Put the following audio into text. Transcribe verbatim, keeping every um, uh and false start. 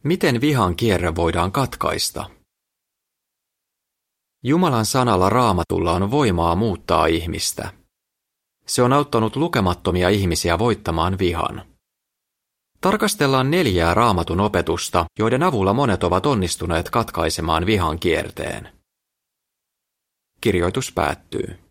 Miten vihan kierre voidaan katkaista? Jumalan sanalla Raamatulla on voimaa muuttaa ihmistä. Se on auttanut lukemattomia ihmisiä voittamaan vihan. Tarkastellaan neljää Raamatun opetusta, joiden avulla monet ovat onnistuneet katkaisemaan vihan kierteen. Kirjoitus päättyy.